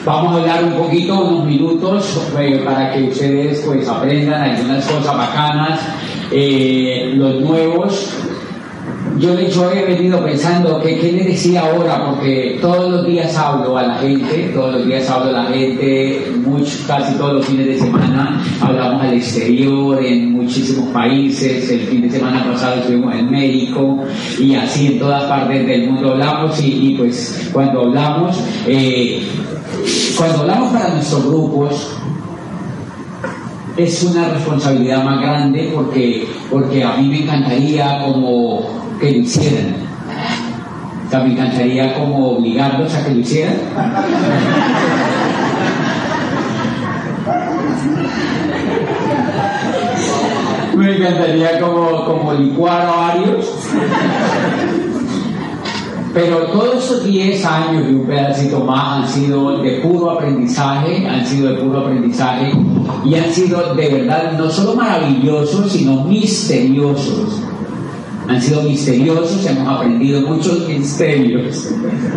Vamos a hablar un poquito, unos minutos, para que ustedes pues aprendan algunas cosas bacanas, los nuevos. Yo he venido pensando que qué les decía ahora, porque todos los días hablo a la gente, casi todos los fines de semana hablamos al exterior, en muchísimos países. El fin de semana pasado estuvimos en México y así en todas partes del mundo hablamos y pues cuando hablamos para nuestros grupos es una responsabilidad más grande porque a mí me encantaría como que lo hicieran. O sea, me encantaría como obligarlos a que lo hicieran. Me encantaría como licuar a varios. Pero todos esos 10 años y un pedacito más han sido de puro aprendizaje, y han sido de verdad no solo maravillosos, sino misteriosos. Han sido misteriosos, hemos aprendido muchos misterios.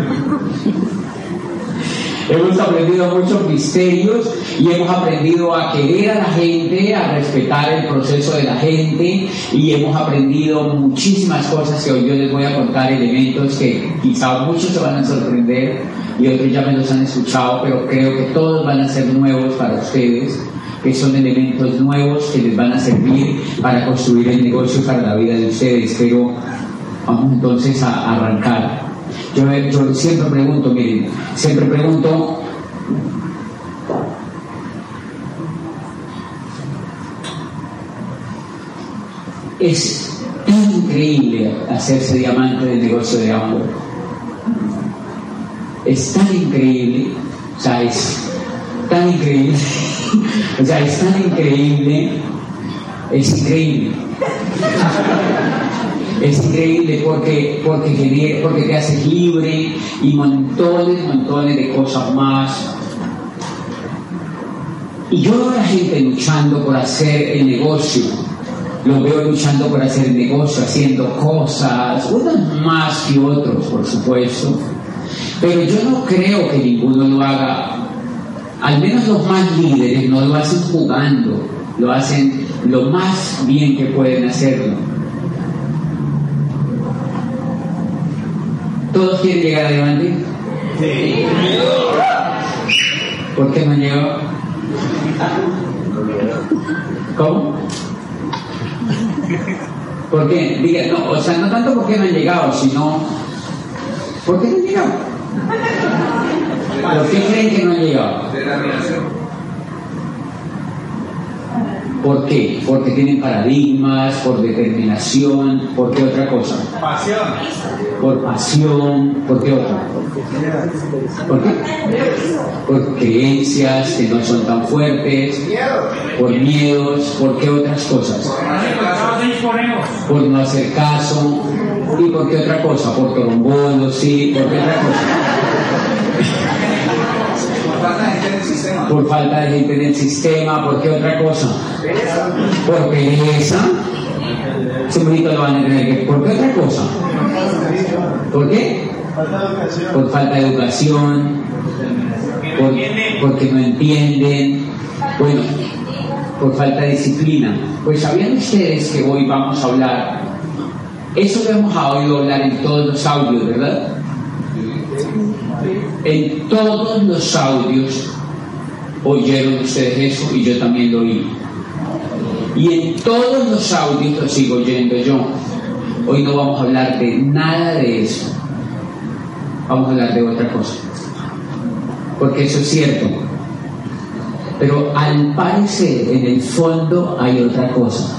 Hemos aprendido muchos misterios y hemos aprendido a querer a la gente, a respetar el proceso de la gente, y hemos aprendido muchísimas cosas que hoy yo les voy a contar, elementos que quizá muchos se van a sorprender y otros ya me los han escuchado, pero creo que todos van a ser nuevos para ustedes, que son elementos nuevos que les van a servir para construir el negocio para la vida de ustedes. Pero vamos entonces a arrancar. Yo siempre pregunto, es tan increíble hacerse diamante del negocio de amor. Es tan increíble, es increíble. Es increíble porque te haces libre y montones de cosas más. Y yo veo a la gente luchando por hacer el negocio. Los veo luchando por hacer el negocio, haciendo cosas, unos más que otros, por supuesto. Pero yo no creo que ninguno lo haga. Al menos los más líderes no lo hacen jugando, lo hacen lo más bien que pueden hacerlo. ¿Todos quieren llegar adelante? Sí. ¿Por qué no han llegado? ¿Cómo? ¿Por qué? Diga, no, no tanto por qué no han llegado, sino ¿por qué no han llegado? ¿Por qué creen que no han llegado? ¿Por qué? Porque tienen paradigmas, por determinación, ¿por qué otra cosa? Pasión. Por pasión, ¿por qué otra? ¿Por qué? Por creencias que no son tan fuertes, por miedos, ¿por qué otras cosas? Por no hacer caso, ¿y por qué otra cosa? Por trombolos, sí, ¿por qué otra cosa? Por falta de gente en el sistema, ¿por qué otra cosa? Por pereza. Segurito lo van a tener. ¿Por qué otra cosa? ¿Por qué? Por falta de educación, porque no entienden, bueno, por falta de disciplina. Pues ¿sabían ustedes que hoy vamos a hablar? Eso lo hemos oído hablar en todos los audios, ¿verdad? En todos los audios oyeron ustedes eso y yo también lo oí. Y en todos los audios lo sigo oyendo yo. Hoy no vamos a hablar de nada de eso. Vamos a hablar de otra cosa. Porque eso es cierto. Pero al parecer, en el fondo hay otra cosa.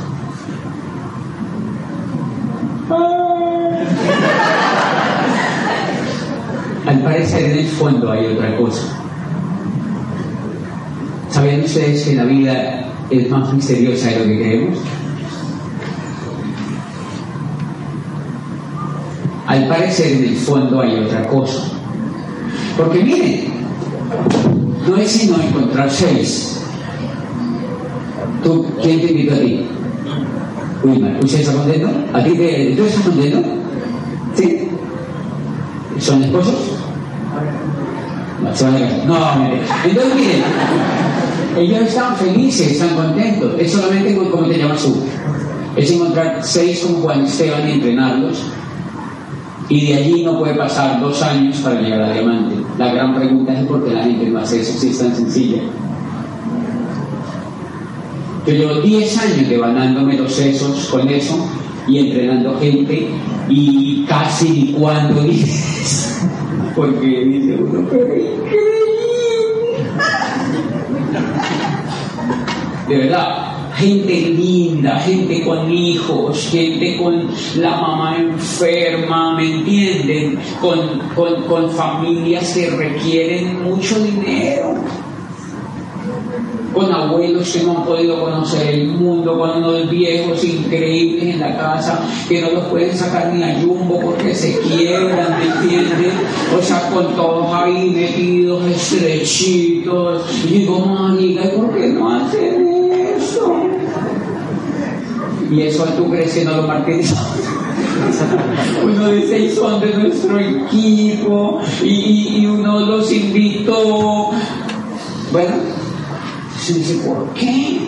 Al parecer, en el fondo hay otra cosa. ¿Sabían ustedes que la vida es más misteriosa de lo que creemos? Al parecer, en el fondo hay otra cosa. Porque miren, no es sino encontrar 6. ¿Quién te invitó a ti? ¿Usted está contento? ¿A ti tú estás contento? ¿Sí? ¿Son esposos? Se van a casar. No, mentira. Entonces, miren, ellos están felices, están contentos. Es solamente, ¿cómo te llamas tú? Es encontrar 6 como Juan Esteban y entrenarlos. Y de allí no puede pasar 2 años para llegar a diamante. La gran pregunta es por qué la gente no hace eso si es tan sencilla. Yo llevo 10 años devanándome los sesos con eso y entrenando gente y casi ni cuando dices, porque dice uno, pero increíble. De verdad. Gente linda, gente con hijos, gente con la mamá enferma, ¿me entienden? Con familias que requieren mucho dinero, con abuelos que no han podido conocer el mundo, con unos viejos increíbles en la casa que no los pueden sacar ni a Jumbo porque se quiebran, ¿me entienden? O sea, con todos ahí metidos, estrechitos, y digo, marica, ¿por qué no hacen eso? Y eso tú crees que no lo martirizamos. Uno de 6 son de nuestro equipo y uno los invitó. Bueno, se dice, ¿por qué?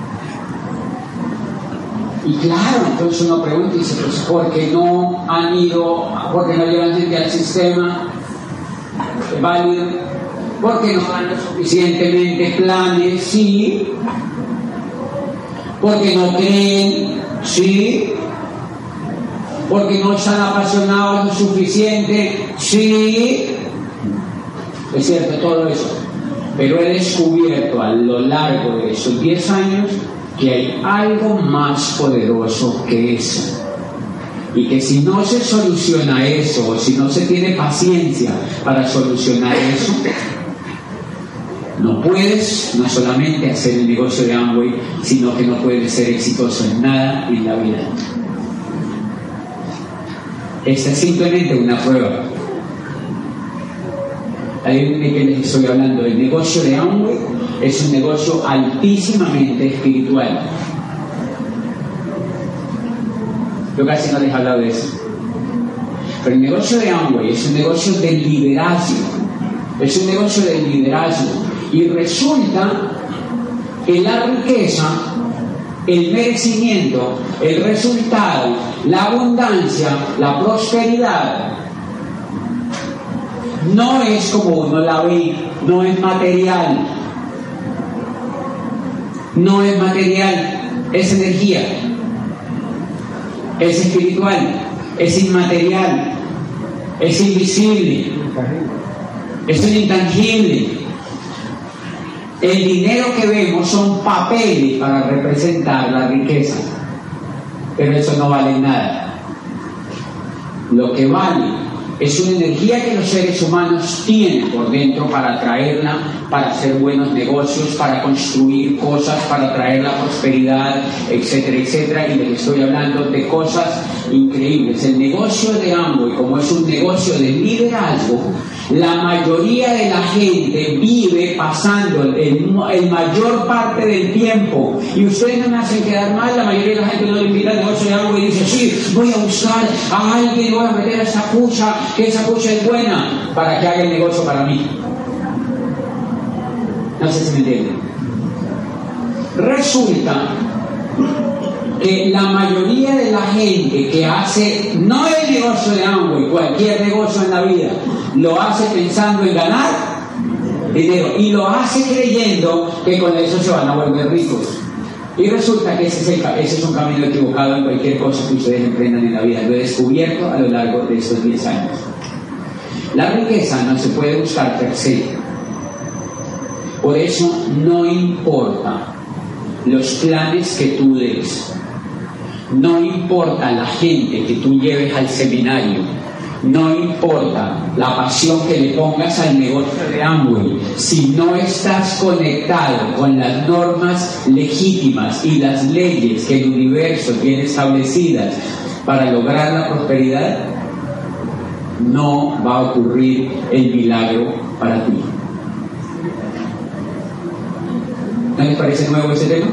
Y claro, entonces uno pregunta y dice, pues, ¿por qué no han ido, por qué no llevan gente al sistema válido? ¿Por qué no dan lo suficientemente planes? Sí. ¿Porque no creen? Sí. ¿Porque no están apasionados lo suficiente? Sí. Es cierto todo eso. Pero he descubierto a lo largo de esos 10 años que hay algo más poderoso que eso. Y que si no se soluciona eso, o si no se tiene paciencia para solucionar eso, no puedes no solamente hacer el negocio de Amway, sino que no puedes ser exitoso en nada en la vida. Esta es simplemente una prueba. Adivinen que les estoy hablando. El negocio de Amway es un negocio altísimamente espiritual. Yo casi no les he hablado de eso. Pero el negocio de Amway es un negocio de liderazgo. Es un negocio de liderazgo. Y resulta que la riqueza, el merecimiento, el resultado, la abundancia, la prosperidad, no es como uno la ve, no es material. No es material, es energía, es espiritual, es inmaterial, es invisible, es un intangible. El dinero que vemos son papeles para representar la riqueza, pero eso no vale nada. Lo que vale es una energía que los seres humanos tienen por dentro para atraerla, para hacer buenos negocios, para construir cosas, para traer la prosperidad, etcétera, etcétera. Y les estoy hablando de cosas increíbles. El negocio de Amway, como es un negocio de liderazgo, la mayoría de la gente vive pasando el mayor parte del tiempo, y ustedes no me hacen quedar mal. La mayoría de la gente no le invita al negocio de Amway y dice, sí, voy a buscar a alguien, voy a meter a esa pucha, que esa pucha es buena, para que haga el negocio para mí. No sé si me entienden. Resulta que la mayoría de la gente que hace, no el negocio de Amway, cualquier negocio en la vida, lo hace pensando en ganar dinero, y lo hace creyendo que con eso se van a volver ricos. Y resulta que ese es un camino equivocado en cualquier cosa que ustedes emprendan en la vida. Lo he descubierto a lo largo de estos 10 años. La riqueza no se puede buscar per se. Por eso no importa los planes que tú des, no importa la gente que tú lleves al seminario, no importa la pasión que le pongas al negocio de Amway, si no estás conectado con las normas legítimas y las leyes que el universo tiene establecidas para lograr la prosperidad, no va a ocurrir el milagro para ti. ¿No les parece nuevo ese tema?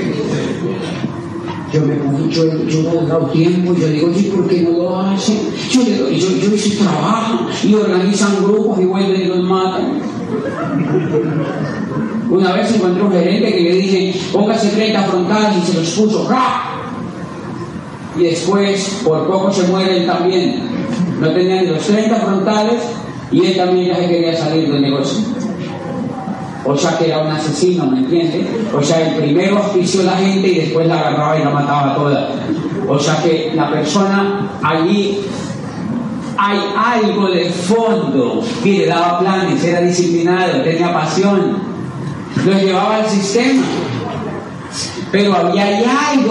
Yo no he dado tiempo y yo digo, ¿y por qué no lo hacen? Yo hice trabajo y organizan grupos y vuelven y los matan. Una vez encontré un gerente que le dije, póngase 30 frontales y se los puso. ¡Ra! Y después, por poco se muere él también. No tenía ni los 30 frontales y él también ya se quería salir del negocio. O sea que era un asesino, ¿me entiendes? O sea, el primero auspició a la gente y después la agarraba y la mataba toda. O sea que la persona allí, hay algo de fondo, que le daba planes, era disciplinado, tenía pasión, lo llevaba al sistema. Pero había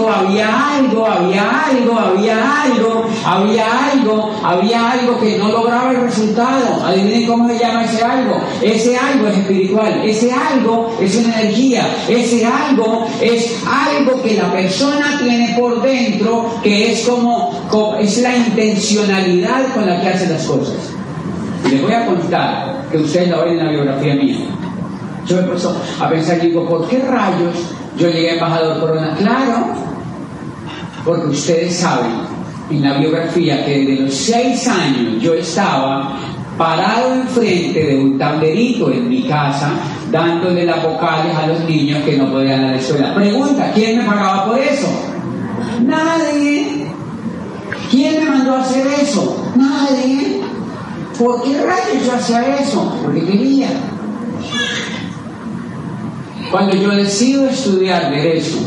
algo que no lograba el resultado. Adivinen cómo se llama ese algo. Ese algo es espiritual, ese algo es una energía, ese algo es algo que la persona tiene por dentro, que es es la intencionalidad con la que hace las cosas. Y les voy a contar, que ustedes lo ven en la biografía mía. Yo me he puesto a pensar y digo, ¿por qué rayos yo llegué a embajador Corona? Claro, porque ustedes saben en la biografía que desde los 6 años yo estaba parado enfrente de un tablerito en mi casa dándole las vocales a los niños que no podían ir a la escuela. Pregunta, ¿quién me pagaba por eso? Nadie. ¿Quién me mandó a hacer eso? Nadie. ¿Por qué rayos yo hacía eso? Porque quería. Cuando yo decido estudiar Derecho,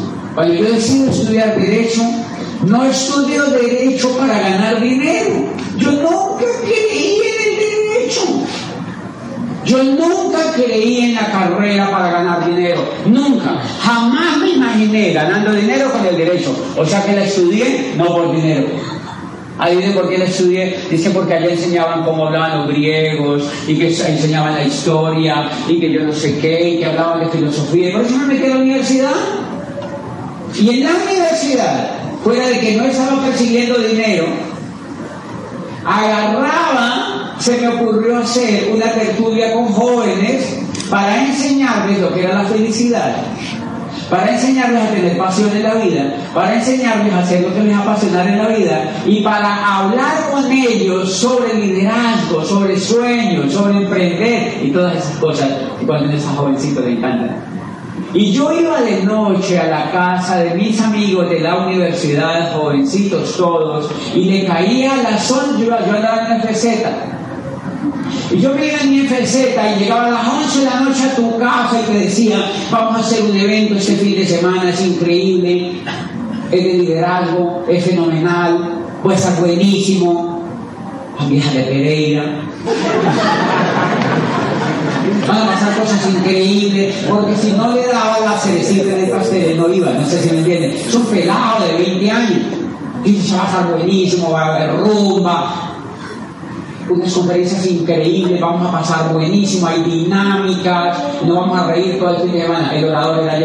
no estudio Derecho para ganar dinero. Yo nunca creí en el Derecho. Yo nunca creí en la carrera para ganar dinero. Nunca. Jamás me imaginé ganando dinero con el Derecho. O sea que la estudié no por dinero. Adivinen por qué la estudié. Dice porque allá enseñaban cómo hablaban los griegos y que enseñaban la historia y que yo no sé qué y que hablaban de filosofía. Y por eso me metí a la universidad. Y en la universidad, fuera de que no estaba persiguiendo dinero, se me ocurrió hacer una tertulia con jóvenes para enseñarles lo que era la felicidad, para enseñarles a tener pasión en la vida, para enseñarles a hacer lo que les apasiona en la vida y para hablar con ellos sobre liderazgo, sobre sueños, sobre emprender y todas esas cosas que cuando eres jovencito le encantan. Y yo iba de noche a la casa de mis amigos de la universidad, jovencitos todos, y le caía a las 11, yo andaba en FZ. Y yo me iba en mi FZ y llegaba a las 11 de la noche a tu casa y te decía, vamos a hacer un evento este fin de semana, es increíble, es de liderazgo, es fenomenal, puede estar buenísimo, a vieja de Pereira. Van a pasar cosas increíbles, porque si no le daba la cerecita del pastel, no iba, no sé si me entienden. Es un pelado de 20 años, y se va a estar buenísimo, va a haber rumba, unas conferencias increíbles, vamos a pasar buenísimo, hay dinámicas, nos vamos a reír todo el fin de semana. El orador era yo,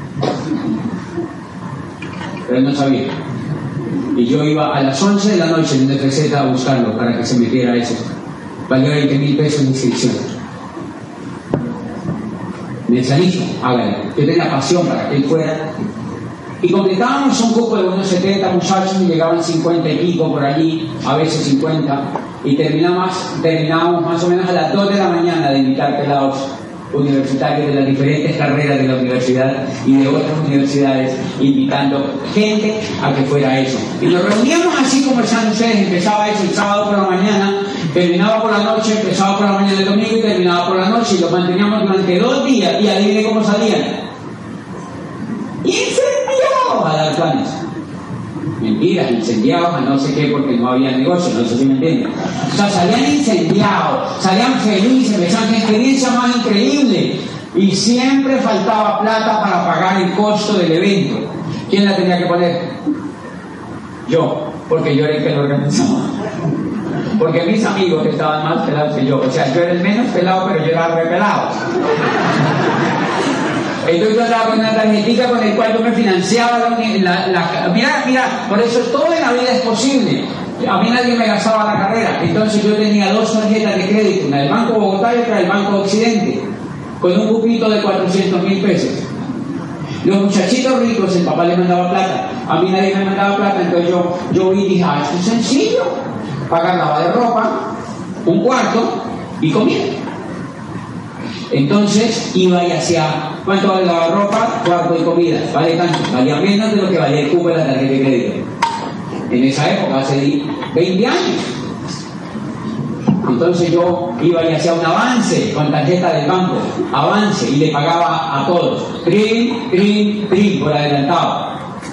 pero él no sabía. Y yo iba a las 11 de la noche en un FZ a buscarlo para que se metiera a eso. Valió 20,000 pesos de inscripción. Mensalito, hágale. Yo tenía pasión para que él fuera. Y completábamos un grupo de unos 70 muchachos y llegaban 50 y pico por allí, a veces 50. Y terminábamos más o menos a las 2 de la mañana de invitar pelados universitarios de las diferentes carreras de la universidad y de otras universidades, invitando gente a que fuera eso. Y nos reuníamos así como están ustedes. Empezaba eso el sábado por la mañana, terminaba por la noche, empezaba por la mañana del domingo y terminaba por la noche, y lo manteníamos durante 2 días. Y adivinen cómo salían: incendiados a dar planes. Mentiras, incendiados a no sé qué, porque no había negocio, no sé si me entienden. O sea, salían incendiados, salían felices, pensaban que experiencia más increíble, y siempre faltaba plata para pagar el costo del evento. ¿Quién la tenía que poner? Yo, porque yo era el que lo organizaba. Porque mis amigos estaban más pelados que yo, o sea, yo era el menos pelado, pero yo era re pelado. Entonces yo andaba con una tarjetita con el cual yo me financiaba mira, por eso todo en la vida es posible. A mí nadie me gastaba la carrera. Entonces yo tenía 2 tarjetas de crédito, una del Banco Bogotá y otra del Banco Occidente, con un cupito de 400,000 pesos. Los muchachitos ricos, el papá les mandaba plata, a mí nadie me mandaba plata. Entonces yo vi y dije, esto es sencillo: pagar lavado de ropa, un cuarto y comida. Entonces iba y hacía, ¿cuánto vale la ropa? Cuarto de comida, vale tanto, valía menos de lo que valía el cupo de la tarjeta de crédito. En esa época, hace 20 años. Entonces yo iba y hacía un avance con tarjeta del banco, avance, y le pagaba a todos, trin, por adelantado.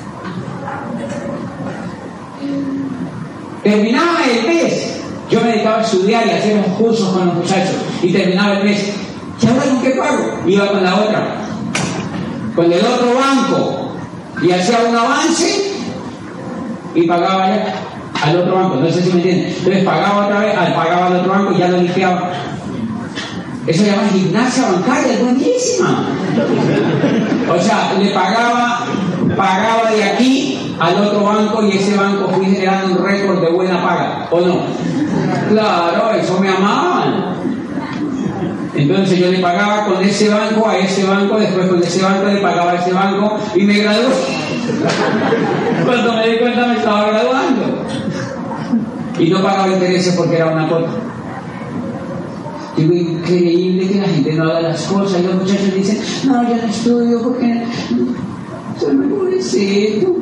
Terminaba el mes, yo me dedicaba a estudiar y a hacer unos cursos con los muchachos, y terminaba el mes. ¿Y ahora con qué pago? Iba con la otra, con el otro banco, y hacía un avance y pagaba ya al otro banco. No sé si me entienden. Entonces pagaba otra vez, pagaba al otro banco y ya lo limpiaba. Eso se llama gimnasia bancaria, es buenísima. O sea, le pagaba de aquí al otro banco, y ese banco fui generando un récord de buena paga, ¿o no? Claro, eso me amaban. Entonces yo le pagaba con ese banco a ese banco, después con ese banco le pagaba a ese banco, y me gradué. Cuando me di cuenta me estaba graduando. Y no pagaba intereses porque era una cosa. Digo, increíble que la gente no haga las cosas. Y los muchachos dicen, no, yo no estudio porque soy muy pobrecito.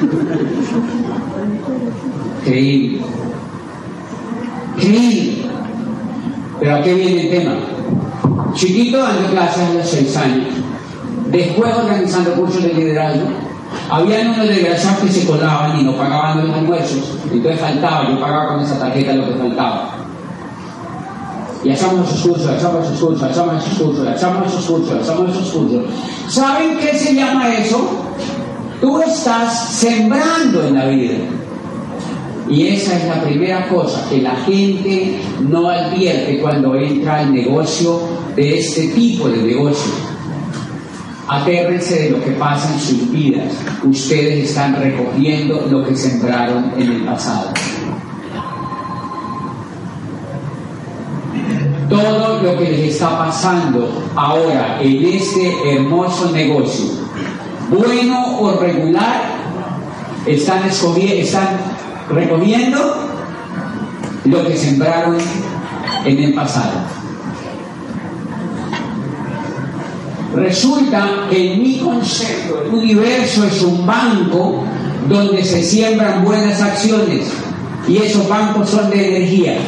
Increíble. Pero ¿a qué viene el tema? Chiquito dando clases a los 6 años, después organizando cursos de liderazgo. Habían unos desgraciados que se colaban y no pagaban los almuerzos, entonces faltaba, yo pagaba con esa tarjeta lo que faltaba. Y hacemos esos cursos. ¿Saben qué se llama eso? Tú estás sembrando en la vida. Y esa es la primera cosa que la gente no advierte cuando entra al negocio de este tipo de negocio. Atérrense de lo que pasa en sus vidas. Ustedes están recogiendo lo que sembraron en el pasado. Todo lo que les está pasando ahora en este hermoso negocio, bueno o regular, están recogiendo lo que sembraron en el pasado. Resulta que en mi concepto el universo es un banco donde se siembran buenas acciones, y esos bancos son de energía.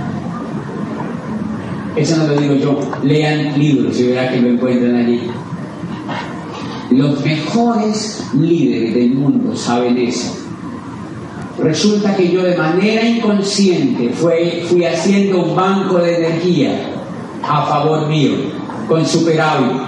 Eso no lo digo yo, lean libros y verán que lo encuentran allí. Los mejores líderes del mundo saben eso. Resulta que yo de manera inconsciente fui haciendo un banco de energía a favor mío, con superávit.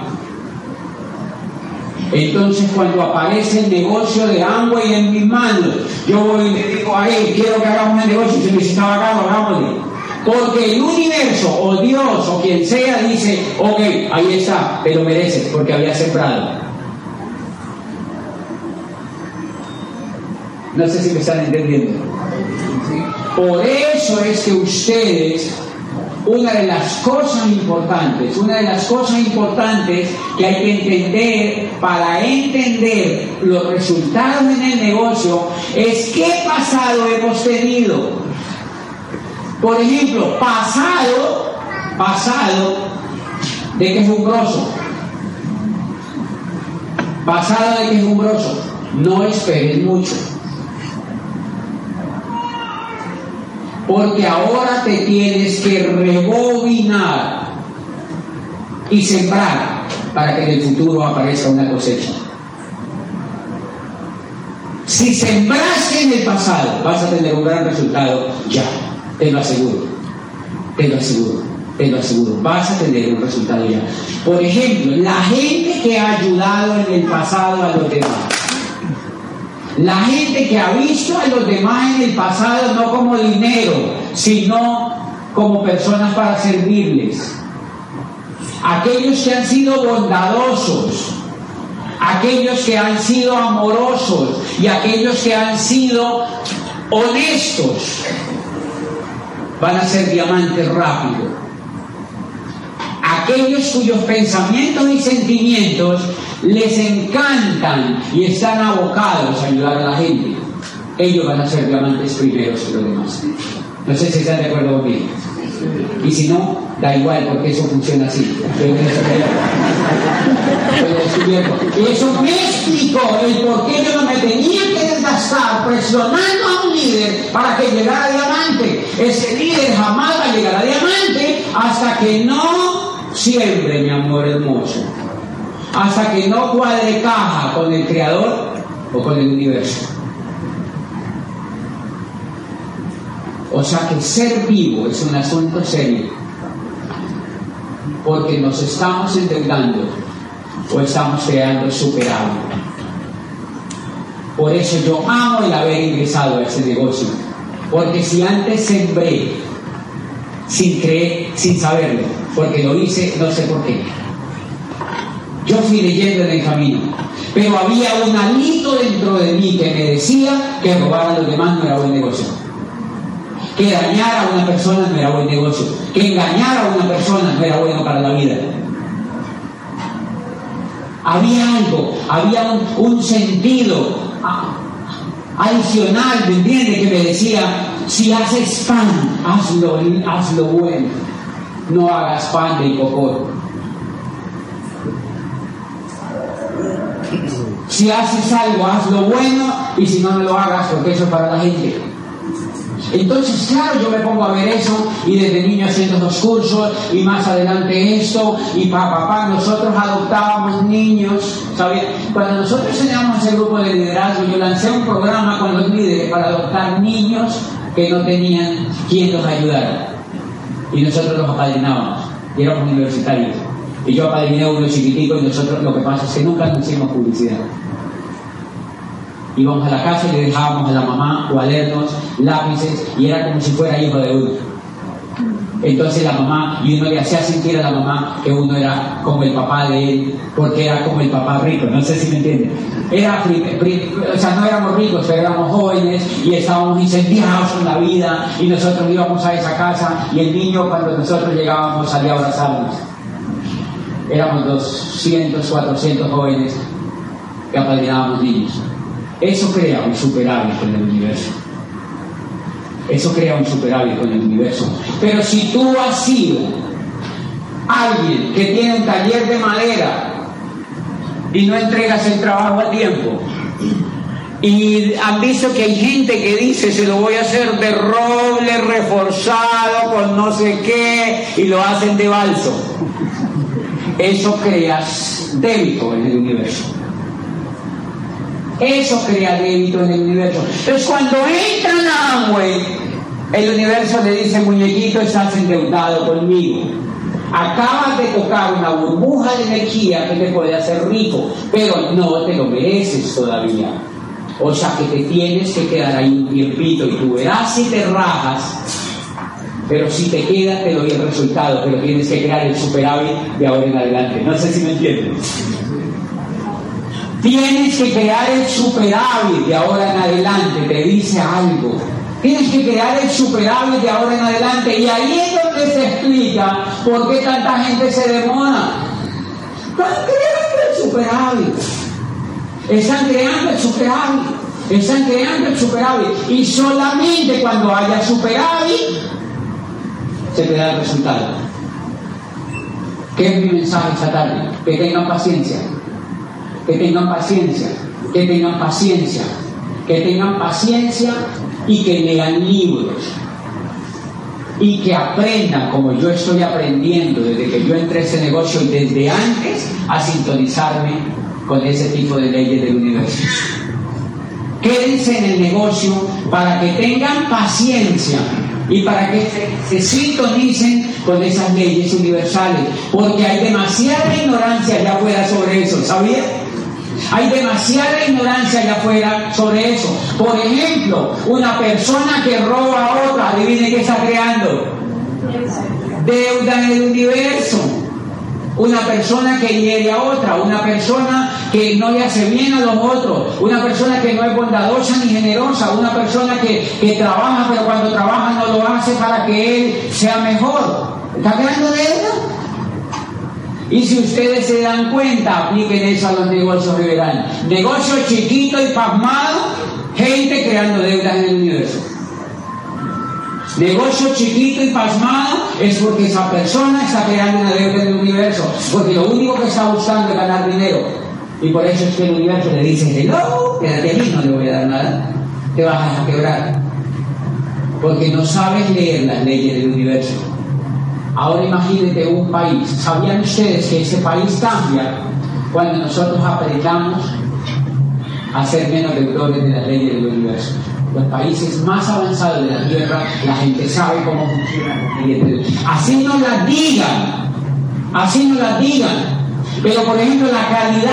Entonces cuando aparece el negocio de Amway en mis manos, yo voy y le digo a él, quiero que hagamos el negocio, y si me está bacano, hagámoslo. Porque el universo, o Dios, o quien sea, dice, ok, ahí está, te lo mereces, porque había sembrado. No sé si me están entendiendo. Por eso es que ustedes, una de las cosas importantes que hay que entender para entender los resultados en el negocio es qué pasado hemos tenido. Por ejemplo, pasado de quejumbroso. Pasado de quejumbroso. No esperes mucho. Porque ahora te tienes que rebobinar y sembrar para que en el futuro aparezca una cosecha. Si sembraste en el pasado, vas a tener un gran resultado ya. Te lo aseguro, vas a tener un resultado ya. Por ejemplo, la gente que ha ayudado en el pasado a los demás, la gente que ha visto a los demás en el pasado no como dinero, sino como personas para servirles, aquellos que han sido bondadosos, aquellos que han sido amorosos y aquellos que han sido honestos, van a ser diamantes rápido. Aquellos cuyos pensamientos y sentimientos les encantan y están abocados a ayudar a la gente, ellos van a ser diamantes primeros que los demás. No sé si están de acuerdo conmigo. Y si no, da igual, porque eso funciona así. Eso me explicó el por qué yo no me tenía que desgastar presionando a un líder para que llegara a diamante. Ese líder jamás va a llegar a diamante hasta que no siembre, mi amor hermoso, hasta que no cuadre caja con el Creador o con el universo. O sea que ser vivo es un asunto serio, porque nos estamos endeudando o estamos creando superávit. Por eso yo amo el haber ingresado a este negocio, porque si antes sembré sin creer, sin saberlo, porque lo hice, no sé por qué. Yo fui leyendo en el camino, pero había un alito dentro de mí que me decía que robar a los demás no era buen negocio, que dañar a una persona no era buen negocio, que engañar a una persona no era bueno para la vida. Había algo, había un sentido adicional, ¿me entiendes? Que me decía, si haces pan, hazlo bueno, no hagas pan de hipocoro. Si haces algo, hazlo bueno, y si no, no lo hagas, porque eso es para la gente. Entonces, claro, yo me pongo a ver eso, y desde niño haciendo los cursos, y más adelante esto, y papá, nosotros adoptábamos niños, ¿sabía? Cuando nosotros teníamos ese grupo de liderazgo, yo lancé un programa con los líderes para adoptar niños que no tenían quien los ayudara, y nosotros los apadrinábamos, y éramos universitarios, y yo apadriné a uno chiquitico, y nosotros lo que pasa es que nunca nos hicimos publicidad. Íbamos a la casa y le dejábamos a la mamá cuadernos, lápices, y era como si fuera hijo de uno. Entonces la mamá, y uno le hacía sentir a la mamá que uno era como el papá de él, porque era como el papá rico, no sé si me entienden. O sea, no éramos ricos, pero éramos jóvenes y estábamos incendiados con la vida, y nosotros íbamos a esa casa, y el niño, cuando nosotros llegábamos, salía a abrazarnos. Éramos 200, 400 jóvenes que apadrinábamos niños. Eso crea un superávit con el universo. Eso crea un superávit con el universo. Pero si tú has sido alguien que tiene un taller de madera y no entregas el trabajo a tiempo, y han visto que hay gente que dice, se lo voy a hacer de roble reforzado con no sé qué, y lo hacen de balso, eso crea débito en el universo. Eso crea débito en el universo. Entonces, cuando entra Amway, el universo le dice, muñequito, estás endeudado conmigo. Acabas de tocar una burbuja de energía que te puede hacer rico, pero no te lo mereces todavía. O sea que te tienes que quedar ahí un tiempito, y tú verás si te rajas, pero si te quedas te doy el resultado, pero tienes que crear el superávit de ahora en adelante. No sé si me entienden. Tienes que crear el superávit de ahora en adelante, te dice algo. Tienes que crear el superávit de ahora en adelante, y ahí es donde se explica por qué tanta gente se demora. Están creando el superávit. Están creando el superávit. Están creando el superávit. Y solamente cuando haya superávit se te da el resultado. ¿Qué es mi mensaje esta tarde? Que tengan paciencia. Que tengan paciencia, que tengan paciencia, que tengan paciencia, y que lean libros, y que aprendan como yo estoy aprendiendo desde que yo entré a ese negocio, y desde antes, a sintonizarme con ese tipo de leyes del universo. Quédense en el negocio para que tengan paciencia y para que se sintonicen con esas leyes universales, porque hay demasiada ignorancia allá afuera sobre eso, ¿sabía? Hay demasiada ignorancia allá afuera sobre eso. Por ejemplo, una persona que roba a otra, adivine qué está creando. Deuda en el universo. Una persona que hiere a otra, una persona que no le hace bien a los otros, una persona que no es bondadosa ni generosa, una persona que trabaja, pero cuando trabaja no lo hace para que él sea mejor. ¿Está creando deuda? Y si ustedes se dan cuenta, apliquen eso a los negocios y verán. Negocio chiquito y pasmado, gente creando deudas en el universo. Negocio chiquito y pasmado es porque esa persona está creando una deuda en el universo, porque lo único que está buscando es ganar dinero. Y por eso es que el universo le dice: hello, quédate aquí, no le voy a dar nada, te vas a quebrar, porque no sabes leer las leyes del universo. Ahora imagínate un país. ¿Sabían ustedes que ese país cambia cuando nosotros aprendamos a ser menos deudores de las leyes del universo? Los países más avanzados de la Tierra, la gente sabe cómo funcionan las leyes del universo. Así no las digan. Pero por ejemplo la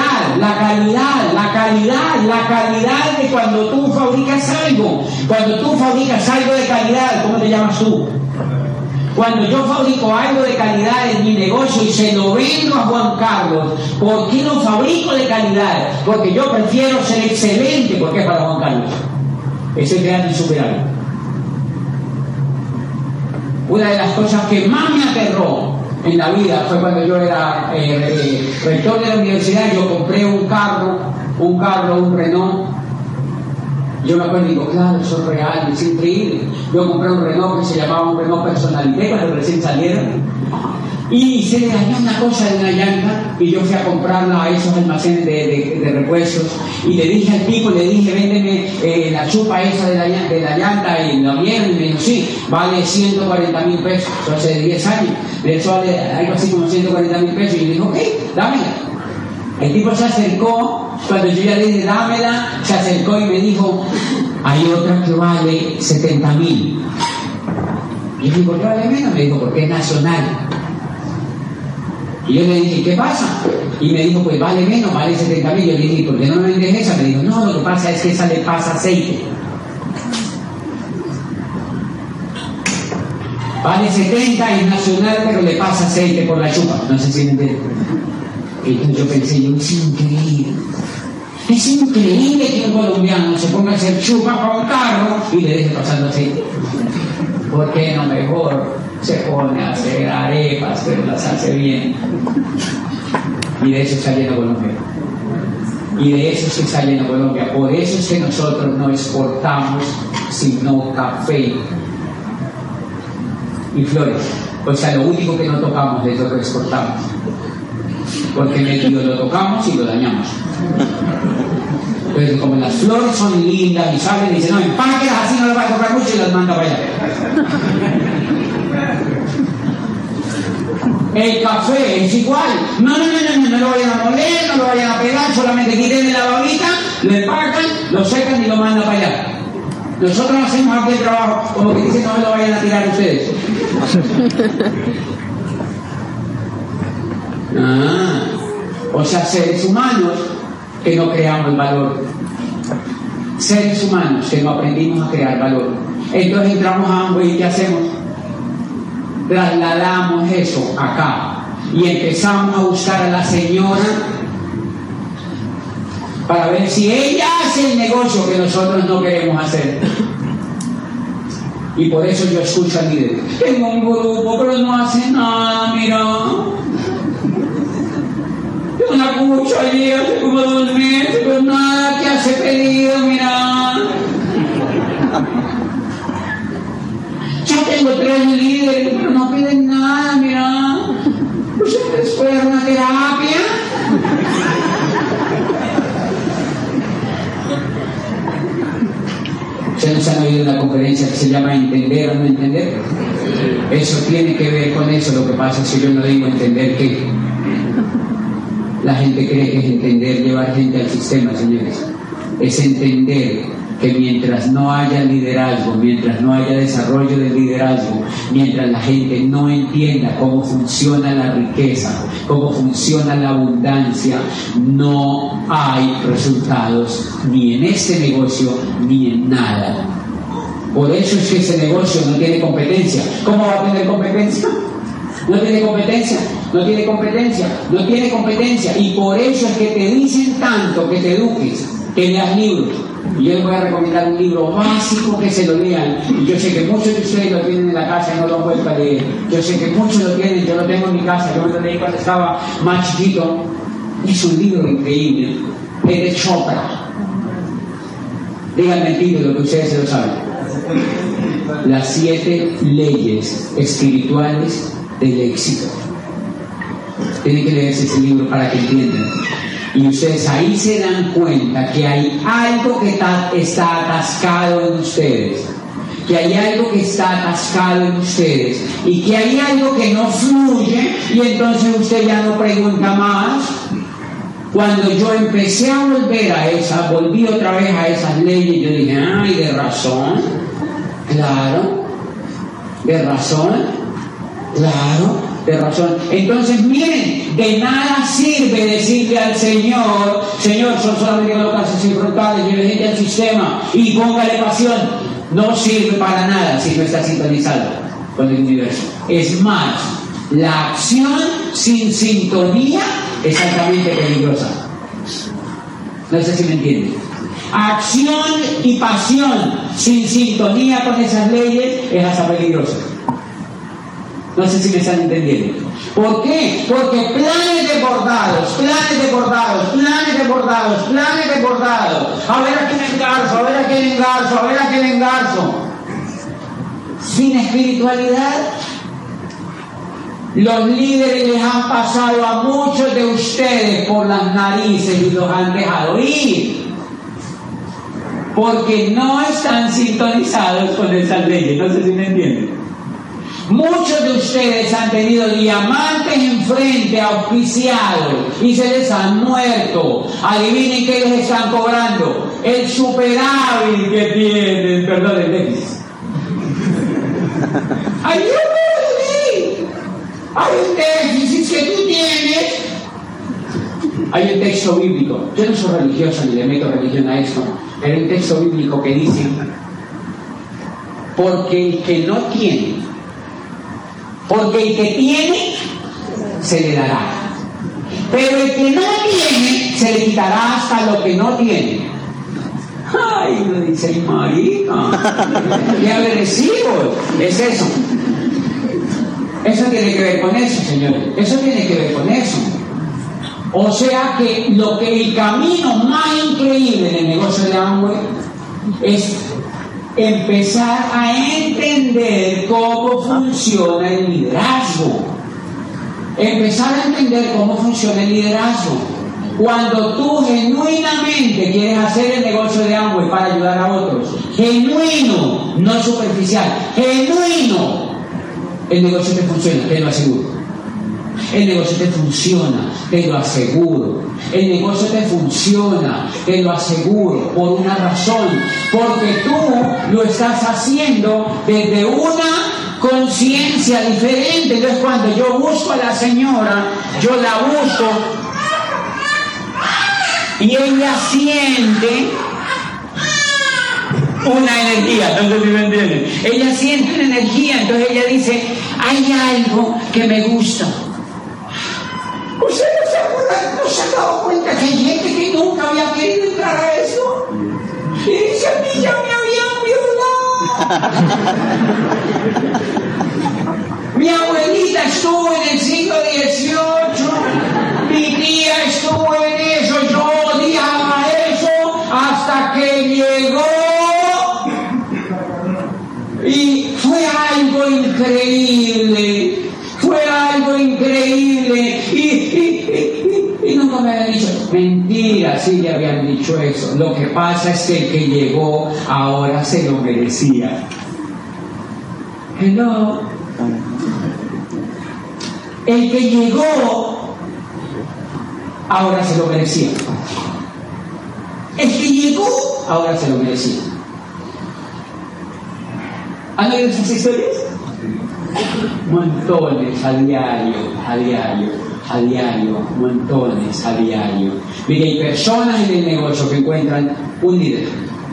calidad de cuando tú fabricas algo de calidad, ¿cómo te llamas tú? Cuando yo fabrico algo de calidad en mi negocio y se lo vendo a Juan Carlos, ¿por qué lo fabrico de calidad? Porque yo prefiero ser excelente, porque es para Juan Carlos. Estoy creando insuperable. Una de las cosas que más me aterró en la vida fue cuando yo era rector de la universidad. Yo compré un carro, un Renault. Yo me acuerdo y digo, claro, eso es real, es increíble. Yo compré un Renault que se llamaba un Renault Personalité cuando recién salieron, y se le dañó una cosa de una llanta, y yo fui a comprarla a esos almacenes de repuestos, y le dije al tipo, véndeme la chupa esa de la llanta, y la vieron, y me dijo, sí, vale 140.000 pesos, eso hace 10 años, de eso vale algo así como 140.000 pesos, y yo le dije, ok, dámela. El tipo se acercó, cuando yo ya le dije dámela, se acercó y me dijo, hay otra que vale 70.000. Y yo le dije, ¿por qué vale menos? Me dijo, porque es nacional. Y yo le dije, ¿qué pasa? Y me dijo, pues vale menos, vale 70.000. Yo le dije, ¿por qué no me vendes esa? Me dijo, no, lo que pasa es que esa le pasa aceite. Vale 70, es nacional, pero le pasa aceite por la chupa. No sé si me entiendes. Entonces yo pensé, es increíble que un colombiano se ponga a hacer chupa para un carro y le deje pasando aceite. ¿Por qué no mejor se pone a hacer arepas, pero las hace bien? Y de eso está lleno Colombia. Por eso es que nosotros no exportamos sino café y flores. O sea, lo único que no tocamos es lo que exportamos. Porque medio lo tocamos y lo dañamos. Entonces, como las flores son lindas y salen y dicen, no, empáquelas así, no las va a tocar mucho, y las manda para allá. El café es igual. No lo vayan a moler, no lo vayan a pegar, solamente quiten la babita, lo empacan, lo secan y lo mandan para allá. Nosotros hacemos aquí el trabajo, como que dicen, no me lo vayan a tirar ustedes. O sea, seres humanos que no creamos valor, seres humanos que no aprendimos a crear valor. Entonces entramos a Amway y ¿qué hacemos? Trasladamos eso acá y empezamos a buscar a la señora para ver si ella hace el negocio que nosotros no queremos hacer. Y por eso yo escucho al líder, tengo un grupo pero no hace nada, mira. Una cucha allí hace como 2 meses, pero nada que hace pedido, mira. Ya tengo 3 líderes, pero no piden nada, mira. Pues ustedes pueden una terapia. ¿Ustedes han oído una conferencia que se llama Entender o no entender? Eso tiene que ver con eso. Lo que pasa es que yo no digo entender qué. La gente cree que es entender llevar gente al sistema, señores. Es entender que mientras no haya liderazgo, mientras no haya desarrollo del liderazgo, mientras la gente no entienda cómo funciona la riqueza, cómo funciona la abundancia, no hay resultados ni en este negocio ni en nada. Por eso es que ese negocio no tiene competencia. ¿Cómo va a tener competencia? No tiene competencia, y por eso es que te dicen tanto que te eduques, que leas libros. Y yo les voy a recomendar un libro básico que se lo lean, y yo sé que muchos de ustedes lo tienen en la casa y no lo han vuelto a leer. Yo sé que muchos lo tienen, yo lo tengo en mi casa, yo me lo leí cuando estaba más chiquito. Es un libro increíble, es de Chopra. Díganme el título que ustedes se lo saben. las 7 leyes espirituales del éxito. Tienen que leerse ese libro para que entiendan. Y ustedes ahí se dan cuenta que hay algo que está atascado en ustedes, que hay algo que está atascado en ustedes y que hay algo que no fluye, y entonces usted ya no pregunta más. Cuando yo empecé a volví otra vez a esas leyes, yo dije, ay, de razón, claro, de razón, claro. De razón. Entonces, miren, de nada sirve decirle al Señor, Señor, son solamente colocarse sin frontales, lleve gente al sistema y póngale pasión. No sirve para nada si no está sintonizado con el universo. Es más, la acción sin sintonía es altamente peligrosa. No sé si me entienden. Acción y pasión sin sintonía con esas leyes es hasta peligrosa. No sé si me están entendiendo. ¿Por qué? Porque planes desbordados. A ver a quién engarzo. Sin espiritualidad. Los líderes les han pasado a muchos de ustedes por las narices y los han dejado ir. Porque no están sintonizados con esas leyes. No sé si me entienden. Muchos de ustedes han tenido diamantes enfrente, auspiciados, y se les han muerto. Adivinen qué les están cobrando. El superávit que tienen, perdón, el déficit. Hay un déficit que tú tienes. Hay un texto bíblico. Yo no soy religioso ni le meto religión a esto, pero hay un texto bíblico que dice: porque el que tiene, se le dará. Pero el que no tiene, se le quitará hasta lo que no tiene. Ay, lo dice el marido. Qué agresivos. Es eso. Eso tiene que ver con eso, señores. Eso tiene que ver con eso. O sea que el camino más increíble en el negocio de Amway es empezar a entender cómo funciona el liderazgo. Cuando tú genuinamente quieres hacer el negocio de Amway para ayudar a otros, genuino, no superficial, genuino, el negocio te funciona, te lo aseguro. El negocio te funciona, te lo aseguro. El negocio te funciona, te lo aseguro, por una razón, porque tú lo estás haciendo desde una conciencia diferente. Entonces, cuando yo busco a la señora, yo la busco y ella siente una energía. No sé si me entienden. Ella siente una energía, entonces ella dice: hay algo que me gusta. ¿Usted no se ha dado cuenta que hay gente que nunca había querido entrar a eso? Y dice: a mí ya me habían violado. Mi abuelita estuvo en el siglo XVIII, mi tía estuvo en eso, yo odiaba eso hasta que llegó y fue algo increíble. Y nunca me habían dicho. Mentira, sí le habían dicho eso. Lo que pasa es que el que llegó ahora se lo merecía. Hello. El que llegó ahora se lo merecía. El que llegó ahora se lo merecía. ¿Han oído esas historias? Montones a diario, montones a diario. Mire, hay personas en el negocio que encuentran un líder.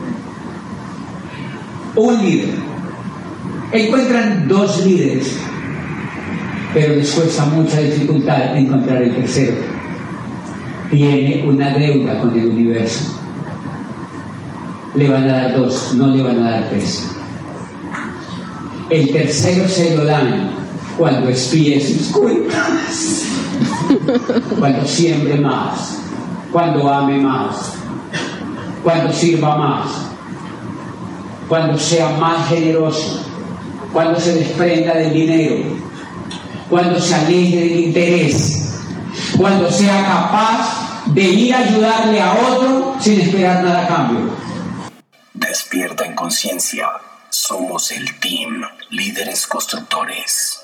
Encuentran 2 líderes, pero les cuesta mucha dificultad encontrar el tercero. Tiene una deuda con el universo. Le van a dar 2, no le van a dar 3. El tercero se lo dan cuando expíe sus cuentas, cuando siembre más, cuando ame más, cuando sirva más, cuando sea más generoso. cuando se desprenda del dinero, cuando se aleje del interés, cuando sea capaz de ir a ayudarle a otro sin esperar nada a cambio. Despierta en conciencia. Somos el team Líderes Constructores.